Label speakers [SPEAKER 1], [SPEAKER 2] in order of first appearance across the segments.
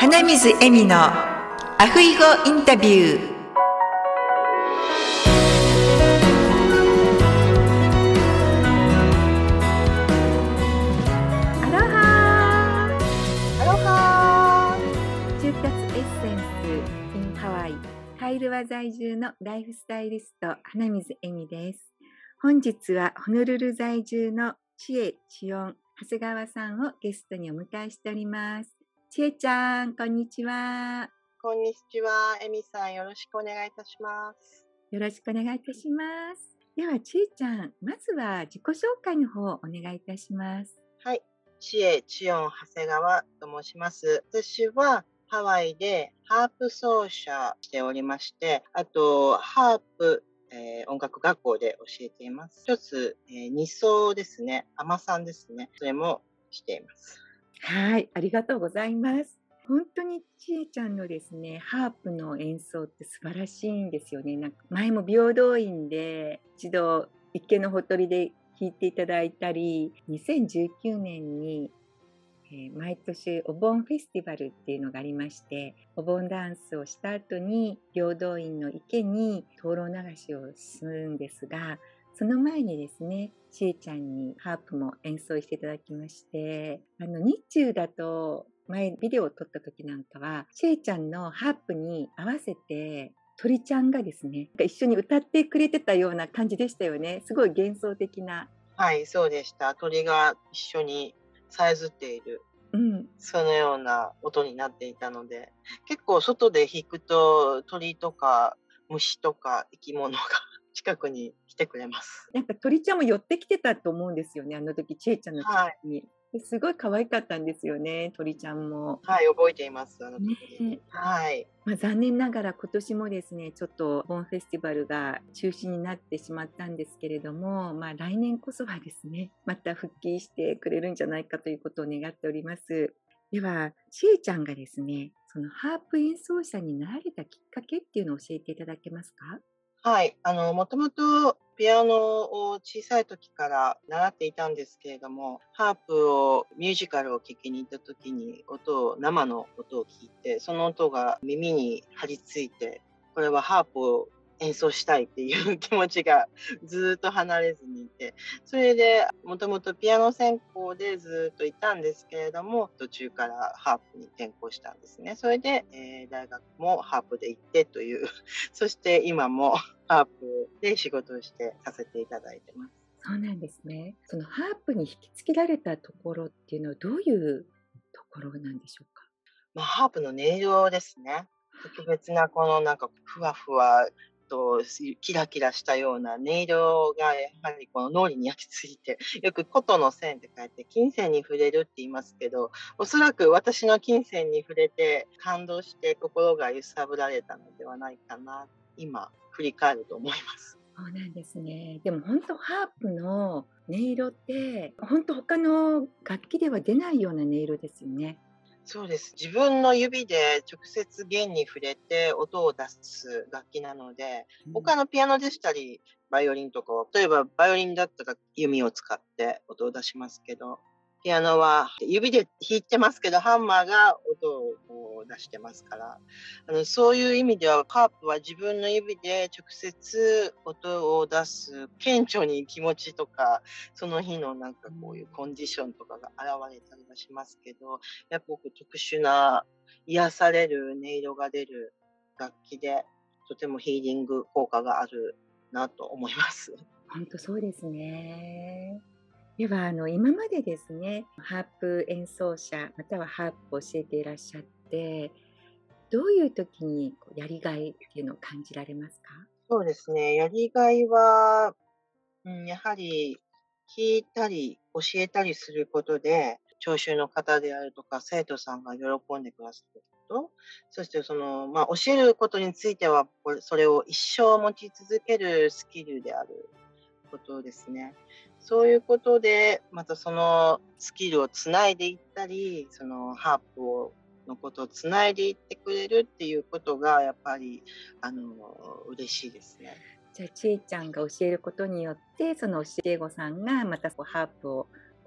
[SPEAKER 1] 花水恵美のアフイゴインタビュー。アロハ
[SPEAKER 2] アロハ
[SPEAKER 1] 就活エッセンス in ハワイ、カイルワ在住のライフスタイリスト花水恵美です。本日はホノルル在住の知恵千音長谷川さんをゲストにお迎えしております。千恵ちゃん、こんにちは。
[SPEAKER 2] こんにちは。恵美さん、よろしくお願いいたします。
[SPEAKER 1] よろしくお願いいたします。では、千恵ちゃん、まずは自己紹介の方をお願いいたします。
[SPEAKER 2] はい。知恵千音長谷川と申します。私はハワイでハープ奏者しておりまして、あと、ハープ、音楽学校で教えています。一つ、二奏ですね。アマさんですね。それもしています。
[SPEAKER 1] はい、ありがとうございます。本当に千恵ちゃんのですね、ハープの演奏って素晴らしいんですよね。なんか前も平等院で一度池のほとりで弾いていただいたり、2019年に毎年お盆フェスティバルっていうのがありまして、お盆ダンスをした後に平等院の池に灯籠流しをするんですが、その前にですね、ちえちゃんにハープも演奏していただきまして、日中だと前ビデオを撮った時なんかは、ちえちゃんのハープに合わせて鳥ちゃんがですね、一緒に歌ってくれてたような感じでしたよね。すごい幻想的な。
[SPEAKER 2] はい、そうでした。鳥が一緒にさえずっている。そのような音になっていたので、結構外で弾くと鳥とか虫とか生き物が近くに来てくれます。
[SPEAKER 1] なんか鳥ちゃんも寄ってきてたと思うんですよね、あの時、ちえちゃんの近くに。すごい可愛かったんですよね、鳥ちゃんも。
[SPEAKER 2] はい、覚えています、あの時。
[SPEAKER 1] ね。
[SPEAKER 2] はい。
[SPEAKER 1] 残念ながら今年もですね、ちょっとボンフェスティバルが中止になってしまったんですけれども、来年こそはですね、また復帰してくれるんじゃないかということを願っております。では、ちえちゃんがですね、そのハープ演奏者になられたきっかけっていうのを教えていただけますか？
[SPEAKER 2] はい。もともとピアノを小さい時から習っていたんですけれども、ハープを、ミュージカルを聴きに行った時に生の音を聞いて、その音が耳に張り付いて、これはハープを演奏したいっていう気持ちがずっと離れずにいて、それでもともとピアノ専攻でずっといたんですけれども、途中からハープに転校したんですね。それで、大学もハープで行ってという、そして今もハープで仕事をしてさせていただいてます。
[SPEAKER 1] そうなんですね。そのハープに引きつけられたところっていうのはどういうところなんでしょうか？
[SPEAKER 2] ハープの音色ですね。特別なこのなんかふわふわとキラキラしたような音色がやはりこの脳裏に焼き付いて、よく琴の線って書いて金線に触れるって言いますけど、おそらく私の金線に触れて感動して心が揺さぶられたのではないかな、今振り返ると思います。
[SPEAKER 1] そうなんですね。でも本当ハープの音色って本当他の楽器では出ないような音色ですよね。
[SPEAKER 2] そうです。自分の指で直接弦に触れて音を出す楽器なので、他のピアノでしたり、バイオリンとか、例えばバイオリンだったら弓を使って音を出しますけど、ピアノは指で弾いてますけど、ハンマーが音をこう出してますから、そういう意味では、ハープは自分の指で直接音を出す、顕著に気持ちとか、その日のなんかこういうコンディションとかが現れたりはしますけど、やっぱ特殊な癒される音色が出る楽器で、とてもヒーリング効果があるなと思います。
[SPEAKER 1] 本当そうですね。では今までですね、ハープ演奏者またはハープを教えていらっしゃって、どういう時にやりがいっていうのを感じられますか？
[SPEAKER 2] そうですね。やりがいは、やはり聞いたり教えたりすることで、聴衆の方であるとか、生徒さんが喜んでくださること、そして教えることについては、それを一生持ち続けるスキルであることですね。そういうことで、またそのスキルをつないでいったり、そのハープのことをつないでいってくれるっていうことが、やっぱり、嬉しいですね。
[SPEAKER 1] じゃあちえちゃんが教えることによって、その教え子さんがまたハープを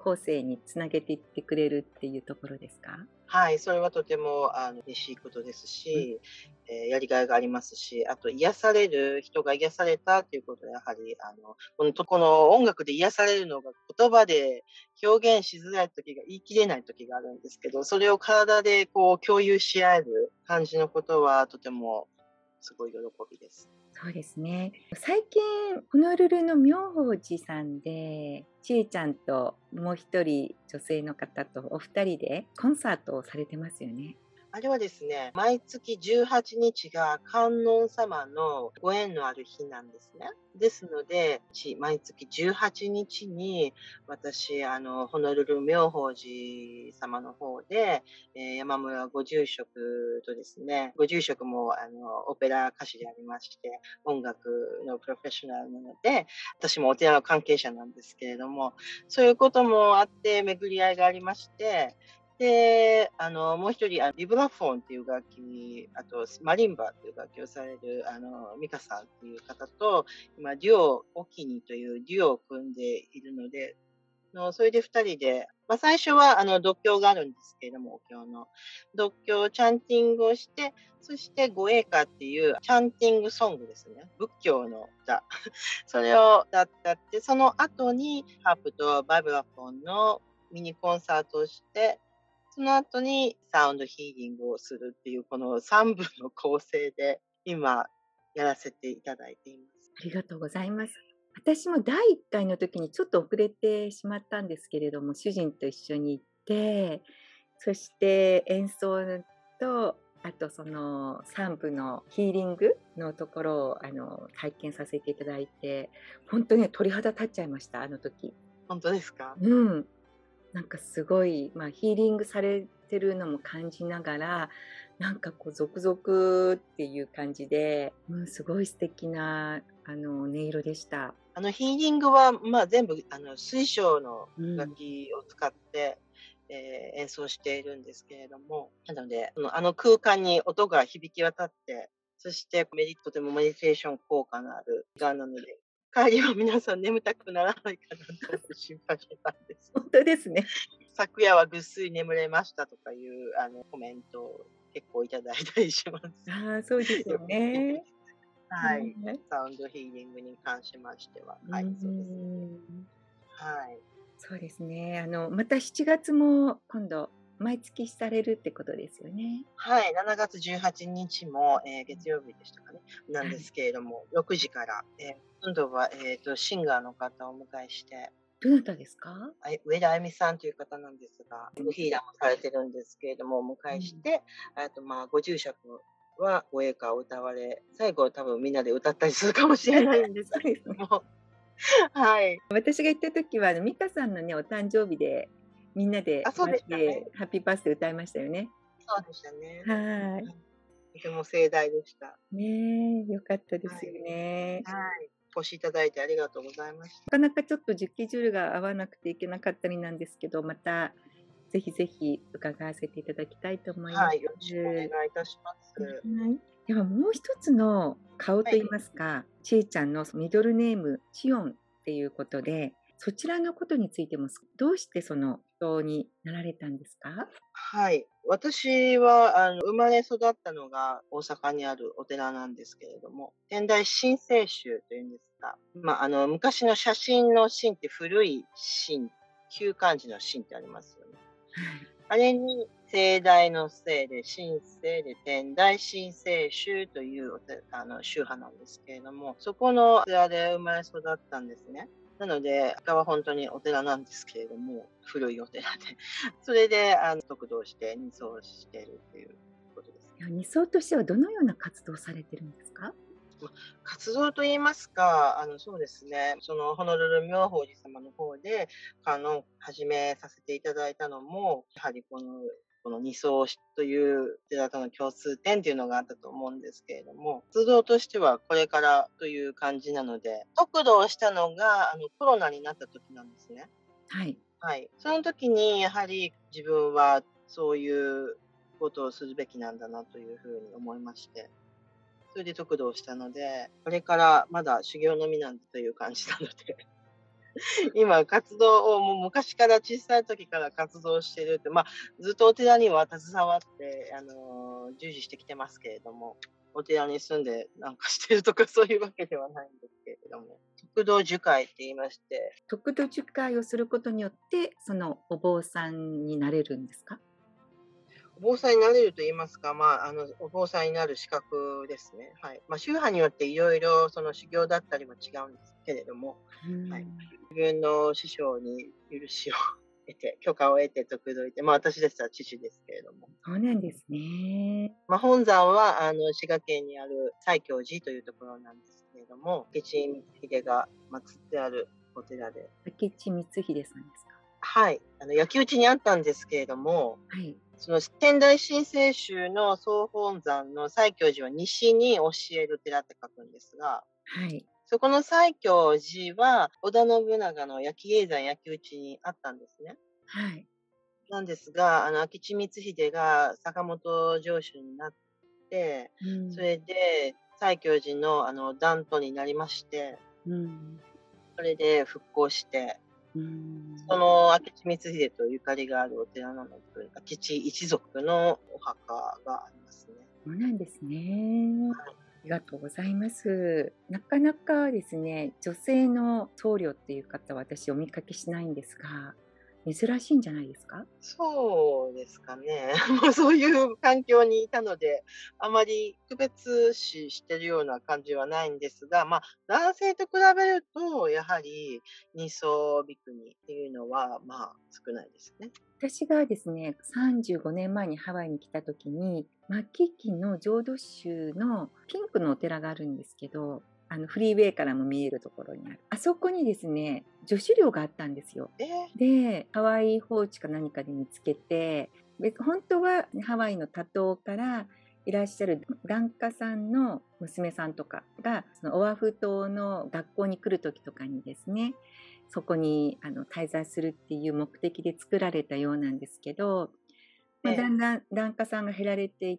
[SPEAKER 1] 後世につなげていってくれるっていうところですか？
[SPEAKER 2] はい、それはとても嬉しいことです
[SPEAKER 1] うん。
[SPEAKER 2] し、やりがいがありますし、あと癒される人が癒されたということはやはり、この音楽で癒されるのが言葉で表現しづらい時が言い切れない時があるんですけど、それを体でこう共有し合える感じのことはとてもすごい喜びです。
[SPEAKER 1] そうですね。最近、ホノルルの妙法寺さんで、ちえちゃんともう一人女性の方とお二人でコンサートをされてますよね。
[SPEAKER 2] あれはですね、毎月18日が観音様のご縁のある日なんですね。ですので、毎月18日に私、ホノルル妙法寺様の方で、山村ご住職とですね、ご住職もオペラ歌手でありまして、音楽のプロフェッショナルなので、私もお寺の関係者なんですけれども、そういうこともあって巡り合いがありまして、で、もう一人、ビブラフォンっていう楽器、あとマリンバっていう楽器をされる、ミカさんっていう方と、今、デュオ、オキニというデュオを組んでいるので、それで二人で、まあ、最初は、読経があるんですけれども、お経の。読経、チャンティングをして、そして護衛歌っていうチャンティングソングですね。仏教の歌。それを歌って、その後にハープとバイブラフォンのミニコンサートをして、その後にサウンドヒーリングをするっていう、この3部の構成で今やらせていただいています。
[SPEAKER 1] ありがとうございます。私も第1回の時にちょっと遅れてしまったんですけれども、主人と一緒に行って、そして演奏と、あとその3部のヒーリングのところを体験させていただいて、本当に鳥肌立っちゃいました、あの時。
[SPEAKER 2] 本当ですか？
[SPEAKER 1] うん。なんかすごい、ヒーリングされてるのも感じながら、なんかこうゾクゾクっていう感じで、すごい素敵な音色でした。
[SPEAKER 2] ヒーリングは、まあ、全部、水晶の楽
[SPEAKER 1] うん。
[SPEAKER 2] 器を使って、演奏しているんですけれども、なので、空間に音が響き渡って、そしてとてもメディテーション効果のある時間なので、帰りは皆さん眠たくならないかなと思って心配してたんです。
[SPEAKER 1] 本当ですね。
[SPEAKER 2] 昨夜はぐっすり眠れましたとかいう、コメントを結構いただいたりします。
[SPEAKER 1] ああ、そうですよ
[SPEAKER 2] よく聞いて
[SPEAKER 1] ね。
[SPEAKER 2] はい。
[SPEAKER 1] はい。
[SPEAKER 2] サウンドヒーリングに関しましては、
[SPEAKER 1] うー
[SPEAKER 2] はい、そうですね。
[SPEAKER 1] ん。
[SPEAKER 2] はい。
[SPEAKER 1] そうですね。また7月も今度毎月されるってことですよね。
[SPEAKER 2] はい、7月18日も、月曜日でしたかね、なんで
[SPEAKER 1] はい。
[SPEAKER 2] すけれども、6時から、今度は、シンガーの方をお迎えして、
[SPEAKER 1] どなたですか？
[SPEAKER 2] 上田あゆみさんという方なんですが、ヒーラーもされてるんですけれども、お迎
[SPEAKER 1] うん。
[SPEAKER 2] えして、ご住職はご栄歌を歌われ、最後多分みんなで歌ったりするかもしれないんです
[SPEAKER 1] そう
[SPEAKER 2] けれ
[SPEAKER 1] ですね。
[SPEAKER 2] ども、はい。
[SPEAKER 1] 私が行った時は、美香さんのね、お誕生日で、みんなで
[SPEAKER 2] あ、そう
[SPEAKER 1] バー
[SPEAKER 2] でしたね。
[SPEAKER 1] スデーハッピーバースデー歌いましたよね。
[SPEAKER 2] そうでしたね。
[SPEAKER 1] はい。
[SPEAKER 2] うん、とても盛大でした。
[SPEAKER 1] ねえ、良かったですよ
[SPEAKER 2] はい。
[SPEAKER 1] ね。
[SPEAKER 2] はい。お越しいただいてありがとうございました。
[SPEAKER 1] なかなかちょっとスケジュールが合わなくていけなかったりなんですけど、またぜひぜひ伺わせていただきたいと思いま
[SPEAKER 2] はい、よろしくお願
[SPEAKER 1] す。
[SPEAKER 2] いいたします。
[SPEAKER 1] はい。ではもう一つの顔
[SPEAKER 2] はい。
[SPEAKER 1] といいますか、ちえちゃんのミドルネーム、チヨンっていうことで、そちらのことについても、どうしてその人になられたんですか？
[SPEAKER 2] はい。私は、生まれ育ったのが大阪にあるお寺なんですけれども、天台真聖宗というんですか。まあ、昔の写真の真って古い真、旧漢字の真ってありますよね。
[SPEAKER 1] はい。
[SPEAKER 2] あれに盛大の聖で、神聖で天台神聖宗という宗派なんですけれども、そこのお寺で生まれ育ったんですね。なので、他は本当にお寺なんですけれども、古いお寺で。それで、得度して二層しているっていうことです。
[SPEAKER 1] 二層としてはどのような活動をされてるんですか？
[SPEAKER 2] ま、活動といいますか、そうですね、そのホノルル妙法寺様の方で、始めさせていただいたのも、やはりこの二層という寺との共通点っていうのがあったと思うんですけれども、活動としてはこれからという感じなので、得度をしたのが、コロナになった時なんですね。
[SPEAKER 1] はい。
[SPEAKER 2] はい。その時にやはり自分はそういうことをするべきなんだなというふうに思いまして。それで得度をしたので、これからまだ修行の身なんだという感じなので、 今活動をもう昔から小さい時から活動してるって、ずっとお寺には携わって、従事してきてますけれども、お寺に住んでなんかしてるとかそういうわけではないんですけれども、得度受会って言いまして、
[SPEAKER 1] 得度受会をすることによって、そのお坊さんになれるんですか？
[SPEAKER 2] お坊さんになれると言いますか、お坊さんになる資格ですね。はい。宗派によっていろいろその修行だったりも違うんですけれども、
[SPEAKER 1] うー
[SPEAKER 2] はい。
[SPEAKER 1] ん。
[SPEAKER 2] 自分の師匠に許しを得て、許可を得て得度を得て、私でしたら父ですけれども。
[SPEAKER 1] そうなんですね。
[SPEAKER 2] 本山は、滋賀県にある西教寺というところなんですけれども、明智光秀が祀ってあるお寺で、
[SPEAKER 1] 明智光秀さんですか？
[SPEAKER 2] はい。焼き討ちにあったんですけれども、
[SPEAKER 1] はい。
[SPEAKER 2] その天台真聖宗の総本山の西教寺は西に教える寺って書くんですが、
[SPEAKER 1] はい。
[SPEAKER 2] そこの西教寺は織田信長の焼き叡山焼き討ちにあったんですね。
[SPEAKER 1] はい。
[SPEAKER 2] なんですが、明智光秀が坂本城主になって、
[SPEAKER 1] うん。
[SPEAKER 2] それで西教寺の檀徒になりまして、
[SPEAKER 1] うん。
[SPEAKER 2] それで復興して、
[SPEAKER 1] うーん。
[SPEAKER 2] その明智光秀とゆかりがあるお寺なので、明智一族のお墓がありますね。
[SPEAKER 1] そうなんですね。ありがとうございます。なかなかですね、女性の僧侶っていう方は私お見かけしないんですが、珍しいんじゃないですか？
[SPEAKER 2] そうですかね。そういう環境にいたので、あまり区別視してるような感じはないんですが、男性と比べると、やはり二層ビクニっていうのは、少ないですね。
[SPEAKER 1] 私がですね、35年前にハワイに来た時に、マキキの浄土宗のピンクのお寺があるんですけど、フリーウェイからも見えるところにある。あそこにですね、女子寮があったんですよ。
[SPEAKER 2] ええ、
[SPEAKER 1] で、ハワイ放置か何かで見つけて、本当はハワイの多島からいらっしゃる檀家さんの娘さんとかが、そのオアフ島の学校に来る時とかにですね、そこに滞在するっていう目的で作られたようなんですけど、だ
[SPEAKER 2] ええ、
[SPEAKER 1] んだん檀家さんが減られていって、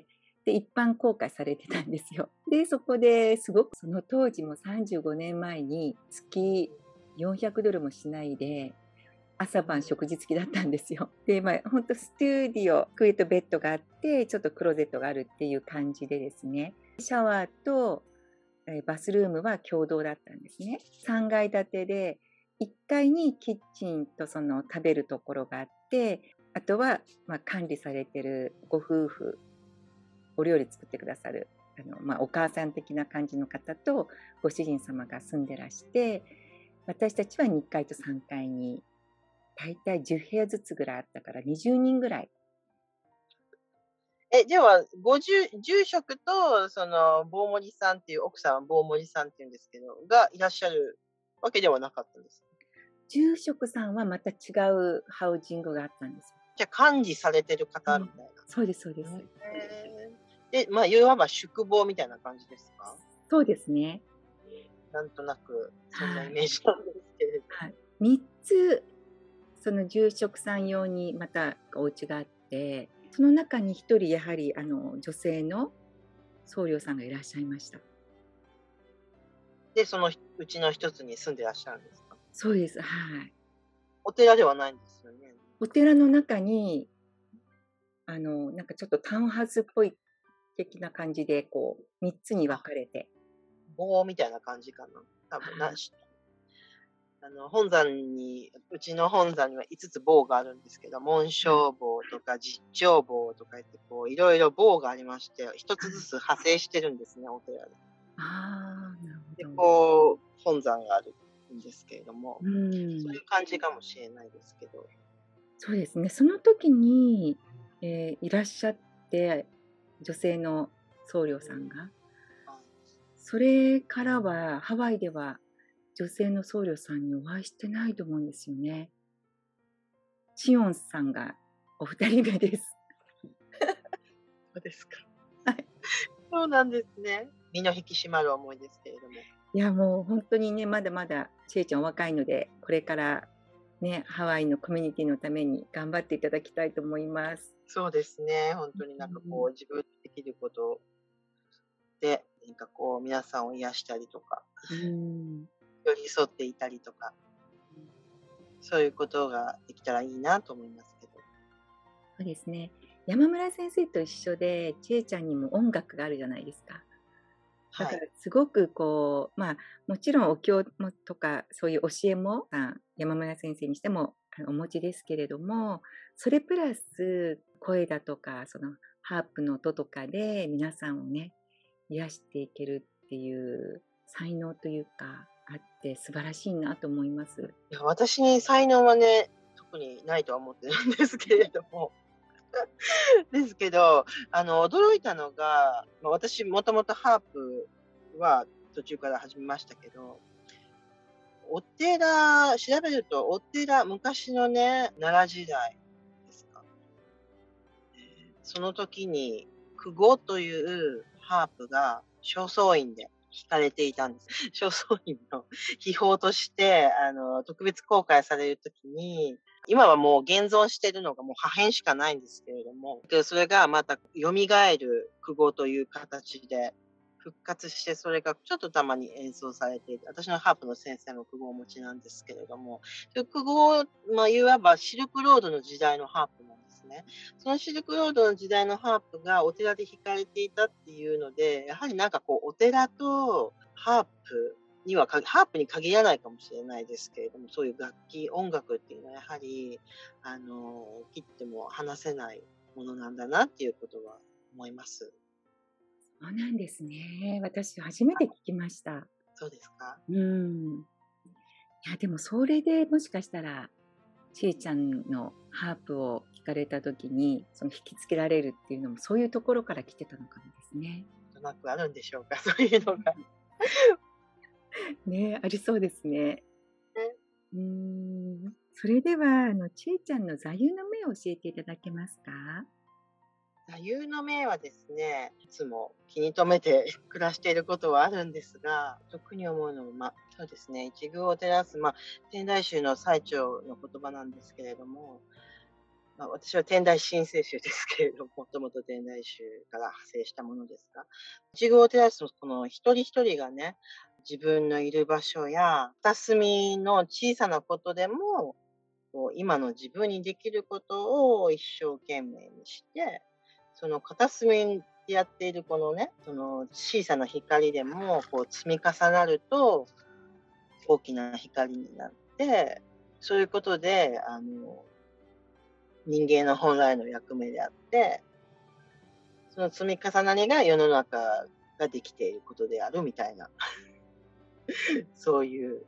[SPEAKER 1] で、一般公開されてたんですよ。で、そこですごくその当時も35年前に月$400もしないで、朝晩食事付きだったんですよ。で、ほんとスタディオ、クイとベッドがあって、ちょっとクローゼットがあるっていう感じでですね、シャワーと、バスルームは共同だったんですね。3階建てで、1階にキッチンとその食べるところがあって、あとは、管理されてるご夫婦、お料理作ってくださる、お母さん的な感じの方とご主人様が住んでらして、私たちは2階と3階に大体10部屋ずつぐらいあったから20人ぐらい。
[SPEAKER 2] では、住職と、その、坊森さんっていう奥さんは坊森さんっていうんですけど、がいらっしゃるわけではなかったんですか？
[SPEAKER 1] 住職さんはまた違うハウジングがあったんですよ。
[SPEAKER 2] じゃ、管理されてる
[SPEAKER 1] うん、
[SPEAKER 2] 方みたいな。
[SPEAKER 1] そうですそうです。
[SPEAKER 2] へえ。で、いわば宿坊みたいな感じですか？
[SPEAKER 1] そうですね。
[SPEAKER 2] なんとなく、そんなイ
[SPEAKER 1] はい。
[SPEAKER 2] メージなんですけれど。
[SPEAKER 1] はい。3つ、その住職さん用にまたお家があって、その中に1人やはり女性の僧侶さんがいらっしゃいました。
[SPEAKER 2] で、そのうちの一つに住んでらっしゃるんですか？
[SPEAKER 1] そうです。はい。
[SPEAKER 2] お寺ではないんですよね？
[SPEAKER 1] お寺の中に、なんかちょっとタウンハウスっぽい的な感じで、こう3つに分
[SPEAKER 2] あ、
[SPEAKER 1] かれて、
[SPEAKER 2] 坊みたいな感じかな。多分、
[SPEAKER 1] はい。
[SPEAKER 2] うちの本山には5つ坊があるんですけど、紋
[SPEAKER 1] はい。
[SPEAKER 2] 章坊とか実長坊とか言って、こう、いろいろ坊がありまして、一つず
[SPEAKER 1] はい。
[SPEAKER 2] つ派生してるんですね、お寺で。
[SPEAKER 1] ああ、なる
[SPEAKER 2] で、
[SPEAKER 1] ほど。
[SPEAKER 2] こう、本山があるんですけれども、
[SPEAKER 1] うーん。
[SPEAKER 2] そういう感じかもしれないですけど。
[SPEAKER 1] そうですね。その時に、いらっしゃって、女性の僧侶さんが。
[SPEAKER 2] あ、
[SPEAKER 1] それからはハワイでは女性の僧侶さんにお会いしてないと思うんですよね。チヨンさんがお二人目です。
[SPEAKER 2] そうですか。
[SPEAKER 1] はい。
[SPEAKER 2] そうなんですね。身の引き締まる思いですけれども。
[SPEAKER 1] いや、もう本当にね、まだまだちえちゃんお若いので、これからね、ハワイのコミュニティのために頑張っていただきたいと思います。
[SPEAKER 2] そうですね、ほんとに
[SPEAKER 1] う
[SPEAKER 2] なんかこ
[SPEAKER 1] ん。
[SPEAKER 2] う、自分できることで、何かこう皆さんを癒したりとか、
[SPEAKER 1] うーん。
[SPEAKER 2] 寄り添っていたりとか、 そういうことができたらいいなと思いますけど。
[SPEAKER 1] そうですね。山村先生と一緒で、千恵ちゃんにも音楽があるじゃないですか。だ
[SPEAKER 2] はい。
[SPEAKER 1] からすごくこう、もちろんお経もとか、そういう教えも、山村先生にしてもお持ちですけれども、それプラス声だとか、そのハープの音とかで皆さんをね、癒していけるっていう才能というか、あって素晴らしいなと思います。
[SPEAKER 2] いや、私に才能はね、特にないとは思ってるんですけれども。ですけど、驚いたのが、私もともとハープは途中から始めましたけど、お寺、調べるとお寺、昔のね、奈良時代ですか。その時に、久保というハープが正倉院で弾かれていたんです。正倉院の秘宝として、特別公開される時に、今はもう現存しているのがもう破片しかないんですけれども、でそれがまた蘇る久保という形で復活して、それがちょっとたまに演奏されていて、私のハープの先生も久保をお持ちなんですけれども、久保、いわばシルクロードの時代のハープなんですね。そのシルクロードの時代のハープがお寺で弾かれていたっていうので、やはりなんかこうお寺とハープハープに限らないかもしれないですけれども、そういう楽器、音楽っていうのはやはり、切っても離せないものなんだなっていうことは思います。
[SPEAKER 1] そうなんですね。私初めて聞きました。
[SPEAKER 2] そうですか？
[SPEAKER 1] うん。いや、でもそれでもしかしたら、ちえちゃんのハープを聴かれた時に、その引きつけられるっていうのも、そういうところから来てたのかもですね。
[SPEAKER 2] なんとなくあるんでしょうか？そういうのが。
[SPEAKER 1] ね、ありそうですね。それでは、ちえちゃんの座右の銘を教えていただけますか？
[SPEAKER 2] 座右の銘はですね、いつも気に留めて暮らしていることはあるんですが、特に思うのは、そうですね、一遇を照らす、天台宗の最澄の言葉なんですけれども、私は天台真聖宗ですけれども、もともと天台宗から派生したものですが、一遇を照らすこの一人一人がね、自分のいる場所や片隅の小さなことでも、こう今の自分にできることを一生懸命にして、その片隅でやっているこのね、その小さな光でもこう積み重なると大きな光になって、そういうことで、人間の本来の役目であって、その積み重なりが世の中ができていることであるみたいな、そういう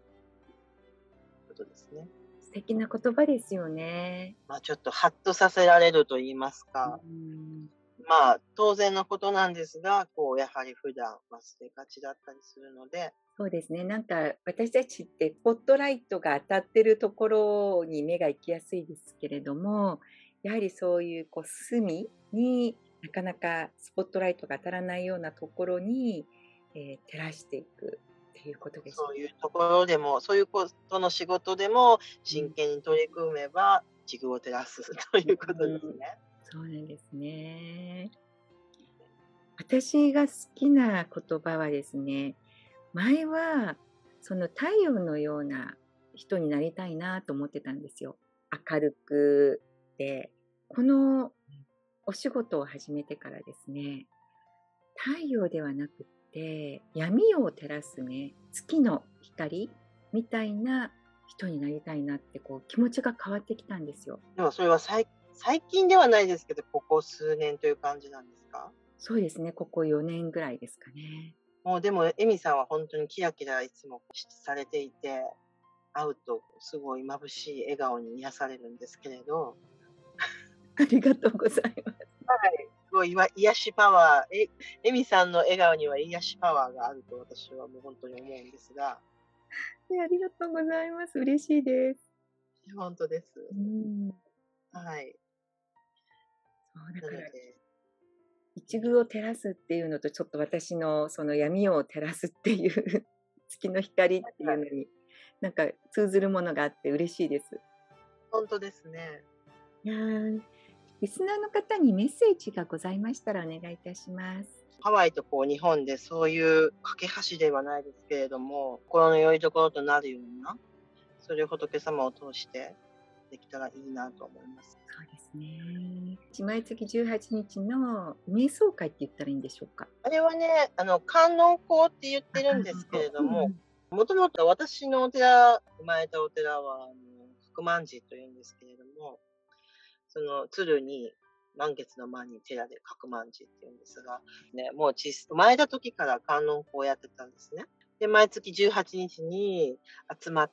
[SPEAKER 2] ことですね。
[SPEAKER 1] 素敵な言葉ですよね。
[SPEAKER 2] ちょっとハッとさせられると言います
[SPEAKER 1] う
[SPEAKER 2] か、
[SPEAKER 1] ん。
[SPEAKER 2] 当然のことなんですが、こうやはり普段忘れがちだったりするので、
[SPEAKER 1] そうですね。なんか私たちってスポットライトが当たってるところに目が行きやすいですけれども、やはりそういうこう隅になかなかスポットライトが当たらないようなところに、照らしていくっていうことです
[SPEAKER 2] そういうところでも、そういうことの仕事でも真
[SPEAKER 1] ね。
[SPEAKER 2] 剣に取り組めば、地具を照らすということ
[SPEAKER 1] うん、
[SPEAKER 2] ですね。
[SPEAKER 1] そうなんですね。私が好きな言葉はですね、前はその太陽のような人になりたいなと思ってたんですよ。明るくで、このお仕事を始めてからですね、太陽ではなくって闇を照らすね、月の光みたいな人になりたいなってこう気持ちが変わってきたんですよ。
[SPEAKER 2] でもそれは最近ではないですけど、ここ数年という感じなんですか？
[SPEAKER 1] そうですね、ここ4年ぐらいですかね。
[SPEAKER 2] もうでも、エミさんは本当にキラキラいつもされていて、会うとすごい眩しい笑顔に癒されるんですけれど、
[SPEAKER 1] ありがとうございます。
[SPEAKER 2] はい、すごい癒しパワー、エミさんの笑顔には癒しパワーがあると私はもう本当に思うんですが、
[SPEAKER 1] ありがとうございます。嬉しいです。
[SPEAKER 2] 本当です。
[SPEAKER 1] うん、
[SPEAKER 2] はい。
[SPEAKER 1] そうだから
[SPEAKER 2] なので、
[SPEAKER 1] 一遇を照らすっていうのとちょっと私のその闇を照らすっていう月の光っていうのになんか通ずるものがあって嬉しいです。
[SPEAKER 2] 本当ですね。
[SPEAKER 1] いやー、リスナーの方にメッセージがございましたらお願いいたします。
[SPEAKER 2] ハワイとこう日本でそういう架け橋ではないですけれども、心の拠り所となるような、 それを仏様を通してできたらいいなと思います。
[SPEAKER 1] そうですね。毎月18日の瞑想会って言ったらいいんでしょうか。
[SPEAKER 2] あれはね、観音講って言ってるんですけれども、
[SPEAKER 1] うんうん。
[SPEAKER 2] もともと私の生まれたお寺は、角満寺というんですけれども、その鶴に、満月の間に寺で角満寺っていうんですが、ね、もう生まれた時から観音講をやってたんですね。で、毎月18日に集まって、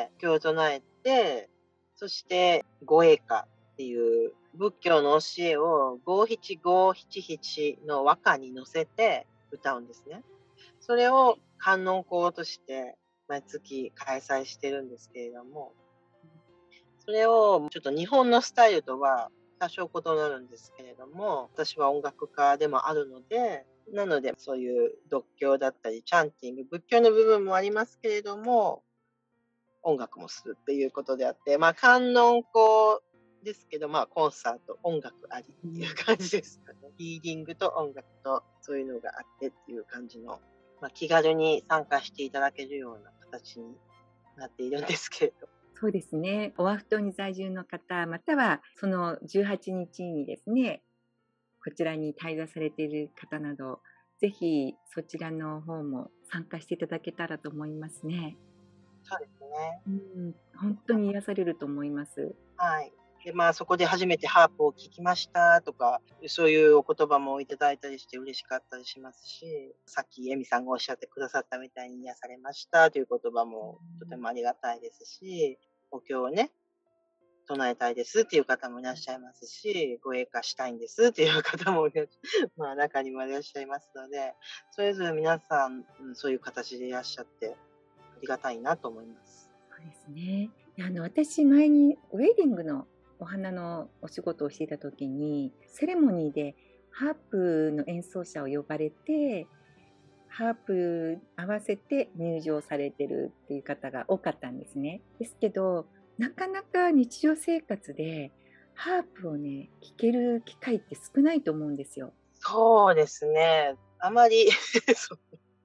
[SPEAKER 2] 経を唱えて、そして御詠歌っていう仏教の教えを五七五七七の和歌に乗せて歌うんですね。それを観音講として毎月開催してるんですけれども、それをちょっと日本のスタイルとは多少異なるんですけれども、私は音楽家でもあるので、なのでそういう読経だったりチャンティング、仏教の部分もありますけれども、音楽もするっていうことであって、観音講ですけど、コンサート、音楽ありっていう感じですかね。リーディングと音楽とそういうのがあってっていう感じの、気軽に参加していただけるような形になっているんですけれど。
[SPEAKER 1] そうですね。オアフ島に在住の方、またはその18日にですね、こちらに滞在されている方など、ぜひそちらの方も参加していただけたらと思いますね。
[SPEAKER 2] そうですね。
[SPEAKER 1] 本当に癒されると思います。
[SPEAKER 2] はい。で、そこで初めてハープを聴きましたとか、そういうお言葉もいただいたりして嬉しかったりしますし、さっきエミさんがおっしゃってくださったみたいに癒されましたという言葉もとてもありがたいですし、お経をね、唱えたいですっていう方もいらっしゃいますし、ご栄華したいんですっていう方も中にもいらっしゃいますので、それぞれ皆さん、そういう形でいらっしゃってありがたいなと思います。
[SPEAKER 1] そうですね。私前にウェディングのお花のお仕事をしていた時に、セレモニーでハープの演奏者を呼ばれて、ハープ合わせて入場されてるっていう方が多かったんですね。ですけど、なかなか日常生活でハープをね、聴ける機会って少ないと思うんですよ。
[SPEAKER 2] そうですね。あまりそ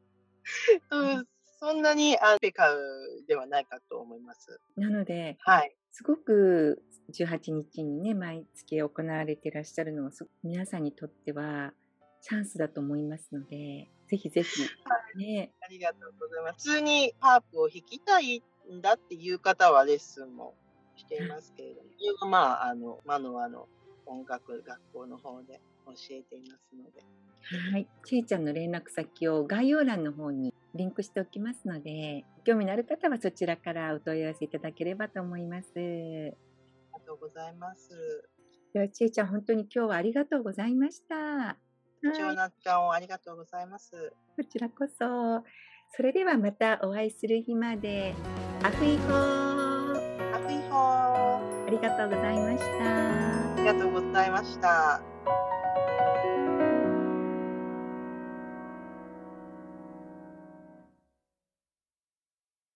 [SPEAKER 2] そんなにペカではないかと思います。
[SPEAKER 1] なので、
[SPEAKER 2] はい。
[SPEAKER 1] すごく18日にね、毎月行われていらっしゃるのは、皆さんにとってはチャンスだと思いますので、ぜひぜひ、ね、
[SPEAKER 2] ありがとうございます。普通にハープを弾きたいんだっていう方はレッスンもしていますけれども、それはマノアの音楽学校の方で教えていますので。
[SPEAKER 1] はい、ちえちゃんの連絡先を概要欄の方にリンクしておきますので、興味のある方はそちらからお問い合わせいただければと思います。
[SPEAKER 2] ありがとうございます。
[SPEAKER 1] では、ちえちゃん、本当に今日はありがとうございました。は
[SPEAKER 2] 貴重
[SPEAKER 1] い、
[SPEAKER 2] な時間をありがとうございます。
[SPEAKER 1] こちらこそ。それではまたお会いする日まで。アフイホー。
[SPEAKER 2] アフイホー。
[SPEAKER 1] ありがとうございました。
[SPEAKER 2] ありがとうございました。